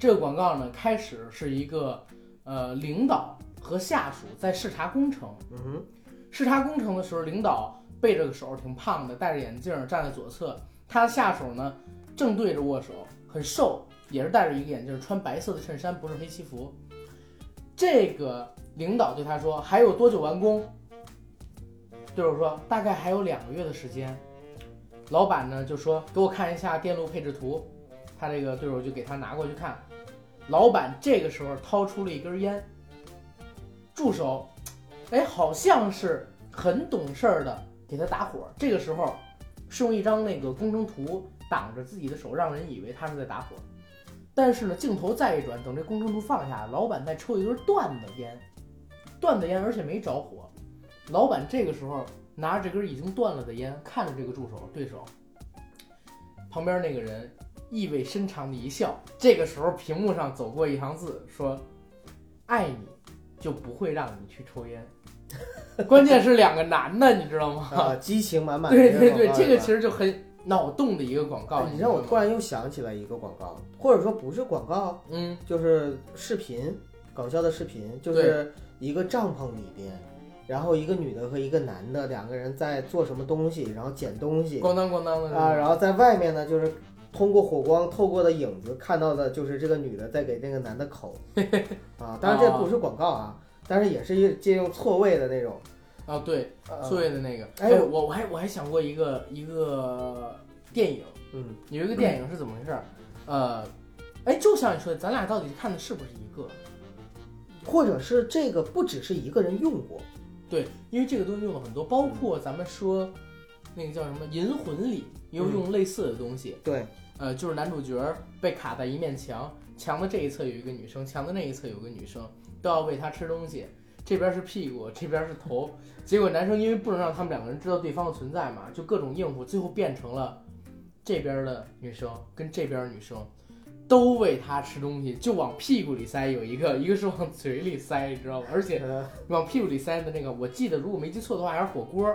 这个广告呢，开始是一个领导和下属在视察工程。视察工程的时候，领导背着个手，挺胖的，戴着眼镜，站在左侧。他的下属呢，正对着握手，很瘦，也是戴着一个眼镜，穿白色的衬衫，不是黑西服。这个领导对他说：“还有多久完工？”对手说：“大概还有2个月的时间。”老板呢就说：“给我看一下电路配置图。”他这个对手就给他拿过去看。老板这个时候掏出了一根烟。助手，好像是很懂事儿的给他打火。这个时候是用一张那个工程图挡着自己的手，让人以为他是在打火。但是呢，镜头再一转，等这工程图放下，老板在抽一根断的烟，而且没着火。老板这个时候拿着这根已经断了的烟，看着这个助手对手。旁边那个人意味深长的一笑。这个时候屏幕上走过一行字，说：“爱你就不会让你去抽烟。”关键是2个男的，你知道吗？ 激情满满。 对，这个其实就很脑洞的一个广告。 你让我突然又想起来一个广告，或者说不是广告，就是视频，搞笑的视频，就是一个帐篷里边，然后一个女的和一个男的2个人在做什么东西，然后捡东西， 咣当咣当的啊，然后在外面呢，就是通过火光透过的影子看到的就是这个女的在给那个男的口啊，当然这不是广告啊，但是也是借用错位的那种。 对，错位的那个。我还想过一个电影，有一个电影是怎么回事？就像你说的，咱俩到底看的是不是一个？ 或者是这个不只是一个人用过？ 对，因为这个东西用了很多，包括咱们说那个叫什么《银魂》里也有用类似的东西。 对， 就是男主角被卡在一面墙，墙的这一侧有一个女生，墙的那一侧有个女生，都要喂她吃东西。这边是屁股，这边是头，结果男生因为不能让他们2个人知道对方的存在嘛，就各种应付，最后变成了这边的女生跟这边的女生都喂他吃东西，就往屁股里塞，有一个是往嘴里塞，你知道吗？而且往屁股里塞的那个，我记得如果没记错的话还是火锅，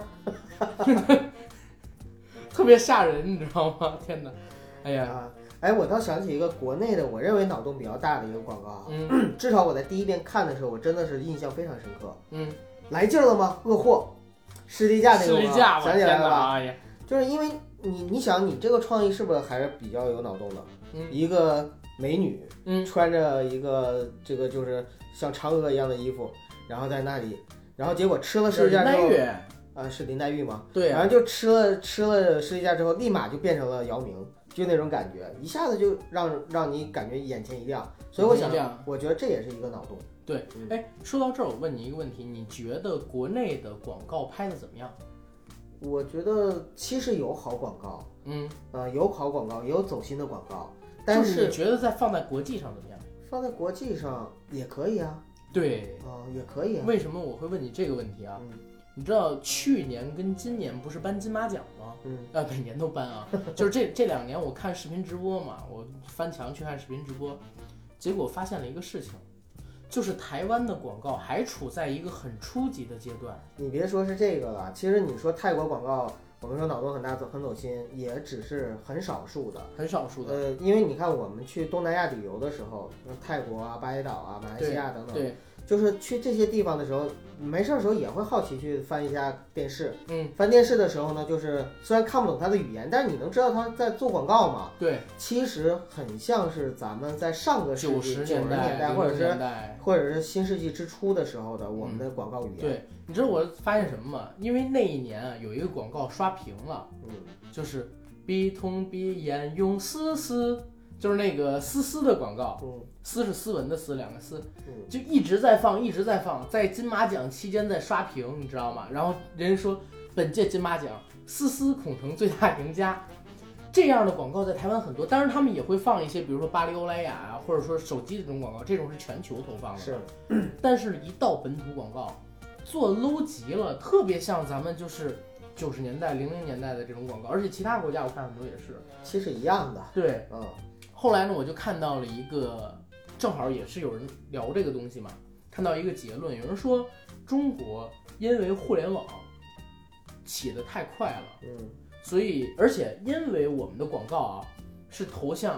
特别吓人，你知道吗？天哪！哎呀。 我倒想起一个国内的，我认为脑洞比较大的一个广告，至少我在第一遍看的时候，我真的是印象非常深刻。来劲了吗？恶货，士力架那个广告，想起来了吧？就是因为你想，你这个创意是不是还是比较有脑洞的？一个美女，穿着一个这个就是像嫦娥一样的衣服，然后在那里，然后结果吃了士力架之后，是林黛玉吗？ 对， 然后就吃了士力架之后，立马就变成了姚明。就那种感觉，一下子就让你感觉眼前一亮，所以我觉得这也是一个脑洞。 对，说到这儿，我问你一个问题，你觉得国内的广告拍的怎么样？ 我觉得其实有好广告，有好广告，也有走心的广告，但是你觉得放在国际上怎么样？ 放在国际上也可以啊。 对， 也可以啊。 为什么我会问你这个问题啊？你知道去年跟今年不是颁金马奖吗？每年都颁啊。就是这2年我看视频直播嘛，我翻墙去看视频直播，结果发现了一个事情，就是台湾的广告还处在一个很初级的阶段。 你别说是这个了，其实你说泰国广告，我们说脑洞很大，很走心，也只是很少数的。因为你看我们去东南亚旅游的时候，泰国啊、巴厘岛啊、马来西亚等等， 对， 就是去这些地方的时候，没事的时候也会好奇去翻一下电视。翻电视的时候呢，就是虽然看不懂他的语言，但是你能知道他在做广告嘛？ 对， 其实很像是咱们在上个世纪 90年代或者是新世纪之初的时候的我们的广告语言。 对，你知道我发现什么吗？因为那一年啊，有一个广告刷屏了，就是鼻通鼻炎用丝丝。就是那个丝的广告，丝是斯文的丝，2个丝，就一直在放，在金马奖期间在刷屏，你知道吗？然后人说本届金马奖丝恐成最大赢家，这样的广告在台湾很多，当然他们也会放一些，比如说巴黎欧莱雅啊，或者说手机的这种广告，这种是全球投放的， 是， 但是一到本土广告，做 low 极了，特别像咱们就是90年代、00年代的这种广告，而且其他国家我看很多也是， 其实一样的， 对，后来呢，我就看到了一个，正好也是有人聊这个东西嘛，看到一个结论，有人说中国因为互联网起得太快了，所以而且因为我们的广告啊是投向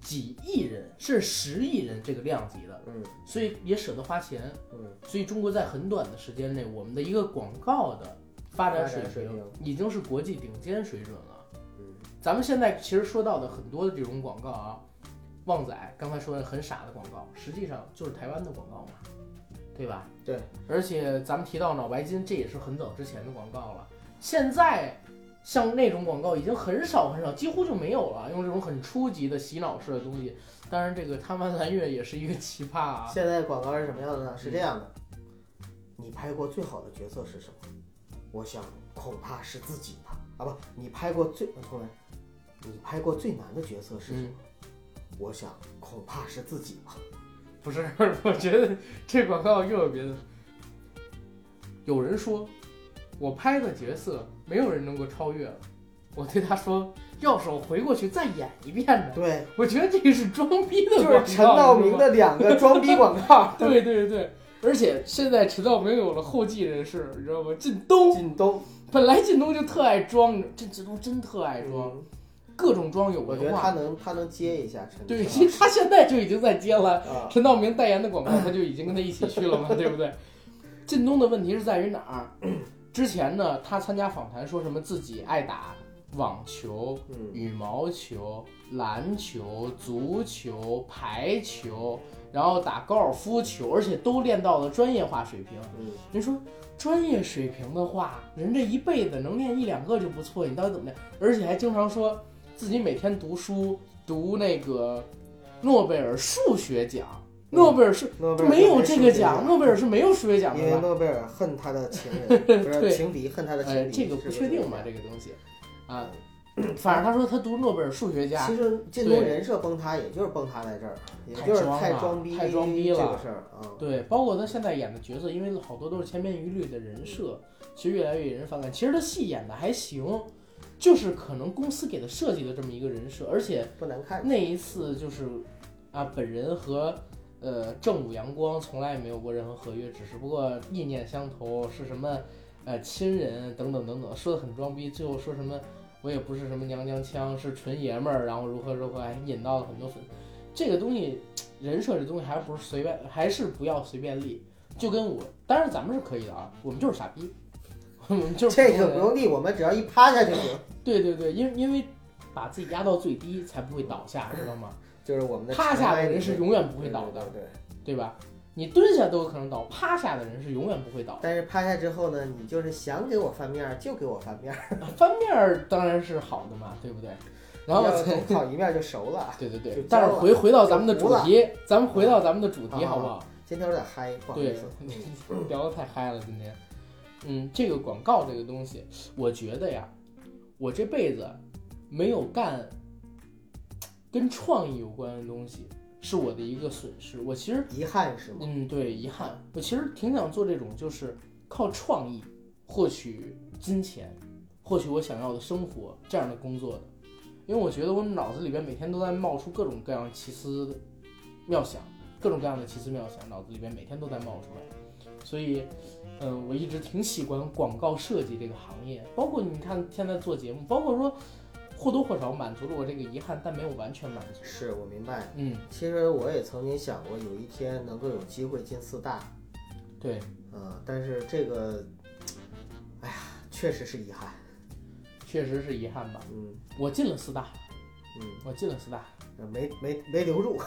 几亿人，是10亿人这个量级的，所以也舍得花钱，所以中国在很短的时间内，我们的一个广告的发展水平已经是国际顶尖水准了。咱们现在其实说到的很多的这种广告啊，旺仔刚才说的很傻的广告，实际上就是台湾的广告嘛，对吧？ 对， 而且咱们提到脑白金，这也是很早之前的广告了，现在。像那种广告已经很少，几乎就没有了。用这种很初级的洗脑式的东西，当然这个贪玩蓝月也是一个奇葩啊。 现在广告是什么样的呢？是这样的，你拍过最好的角色是什么？我想恐怕是自己吧。啊不，你拍过最难的角色是什么？我想恐怕是自己吧。 不是，我觉得这广告又有别的。有人说我拍的角色没有人能够超越了，我对他说，要是我回过去再演一遍呢？ 对， 我觉得这个是装逼的广告， 就是陈道明的2个装逼广告。 对，而且现在陈道明有了后继人士，你知道吗？靳东，本来靳东就特爱装，靳东真特爱装，各种装有文化。 我觉得他能接一下陈。 对，其实他现在就已经在接了。陈道明代言的广告，他就已经跟他一起去了嘛，对不对？靳东的问题是在于哪儿？之前呢，他参加访谈说什么自己爱打网球、羽毛球、篮球、足球、排球，然后打高尔夫球，而且都练到了专业化水平。人说专业水平的话，人这一辈子能练1-2个就不错，你到底怎么练？而且还经常说自己每天读书，读那个诺贝尔数学奖。诺贝尔是没有这个奖，诺贝尔是没有数学奖的， 因为诺贝尔恨他的情人，不是情敌，恨他的情敌。 这个不确定嘛，这个东西啊。反正他说他读诺贝尔数学家。 其实靳东人设崩塌，也就是崩塌在这儿，也就是太装逼了这个事儿啊。 对，包括他现在演的角色，因为好多都是千篇一律的人设，其实越来越引人反感。其实他戏演的还行，就是可能公司给他设计的这么一个人设，而且不难看。 那一次就是本人和。正午阳光从来没有过任何合约，只是不过意念相投，是什么亲人等等，说的很装逼。最后说什么我也不是什么娘娘腔，是纯爷们儿，然后如何，还引到了很多粉。这个东西人设这东西还不是随便，还是不要随便立。就跟我，当然咱们是可以的啊，我们就是傻逼，我们就是这个不用立，我们只要一趴下就行。 对，因为把自己压到最低才不会倒下，知道吗？ 就是我们的趴下的人是永远不会倒的，对吧？你蹲下都有可能倒，趴下的人是永远不会倒。 但是趴下之后呢，你就是想给我翻面就给我翻面， 翻面当然是好的嘛，对不对？然后烤一面就熟了。 对，但是回到咱们的主题，好不好？ 今天有点嗨，不好意思， 聊得太嗨了今天。这个广告这个东西，我觉得呀，我这辈子没有干跟创意有关的东西，是我的一个损失。我其实遗憾是吗？ 对，遗憾。我其实挺想做这种就是靠创意获取金钱，获取我想要的生活这样的工作的。因为我觉得我脑子里边每天都在冒出各种各样奇思妙想，脑子里边每天都在冒出来。所以我一直挺喜欢广告设计这个行业，包括你看现在做节目，包括说或多或少满足了我这个遗憾，但没有完全满足。 是我明白。其实我也曾经想过有一天能够有机会进4大。 对， 但是这个，哎呀，确实是遗憾。 确实是遗憾吧。我进了4大。我进了4大， 没留住。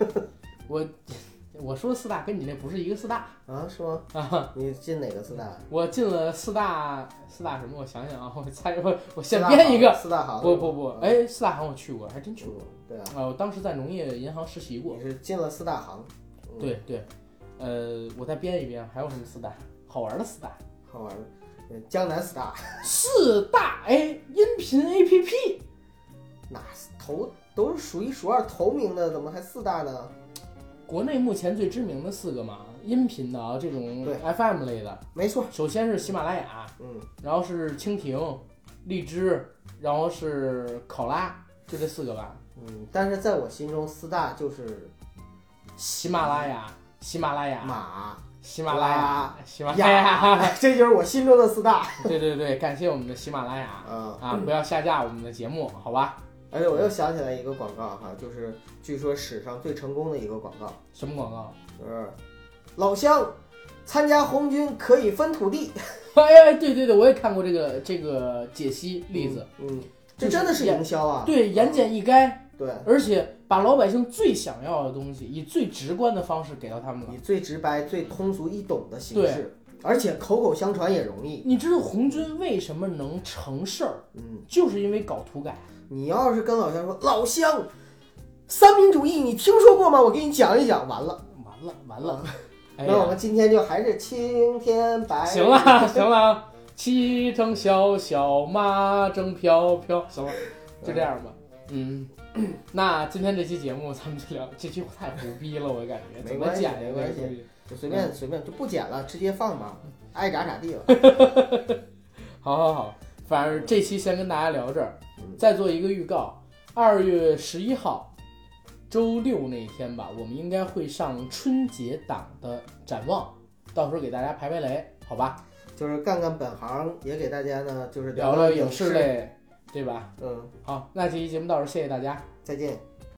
我说4大跟你那不是一个4大啊？是吗？你进哪个4大？ 我进了4大什么？我想想啊，我先编一个。 4大行？ 不，4大行我去过，还真去过。 对啊。 我当时在农业银行实习过。 你是进了4大行？ 对。我再编一编，还有什么4大？好玩的4大。 好玩的。江南4大。 4大音频 APP。 哪都是数1数2头名的，怎么还4大呢？ 国内目前最知名的4个嘛，音频的这种 FM 类的， 没错。 首先是喜马拉雅，然后是蜻蜓、荔枝，然后是考拉，就这4个吧。 但是在我心中4大就是喜马拉雅、 喜马拉雅，这就是我心中的4大。 对，感谢我们的喜马拉雅不要下架我们的节目，好吧？ 而且我又想起来一个广告哈，就是据说史上最成功的一个广告。 什么广告？ 就是老乡参加红军可以分土地。 哎，对，我也看过这个解析例子。 这真的是营销啊！ 对，言简意赅。 对， 而且把老百姓最想要的东西，以最直观的方式给到他们了， 以最直白、最通俗易懂的形式，而且口口相传也容易。 你知道红军为什么能成事儿？就是因为搞土改。 你要是跟老乡说，老乡，三民主义你听说过吗？我给你讲一讲。完了。那我们今天就还是青天白日。 行了，骑乘小小马正飘飘，行了，就这样吧。那今天这期节目咱们就聊，这期太胡逼了，我感觉没关系， 没关系， 就随便就不剪了，直接放吧，爱咋咋地了。 好，反正这期先跟大家聊这儿，再做一个预告，2月11号周六那天吧，我们应该会上春节档的展望，到时候给大家排雷，好吧？ 就是干本行，也给大家呢，就是聊聊影视类，对吧？ 好， 那这期节目到这儿，谢谢大家， 再见。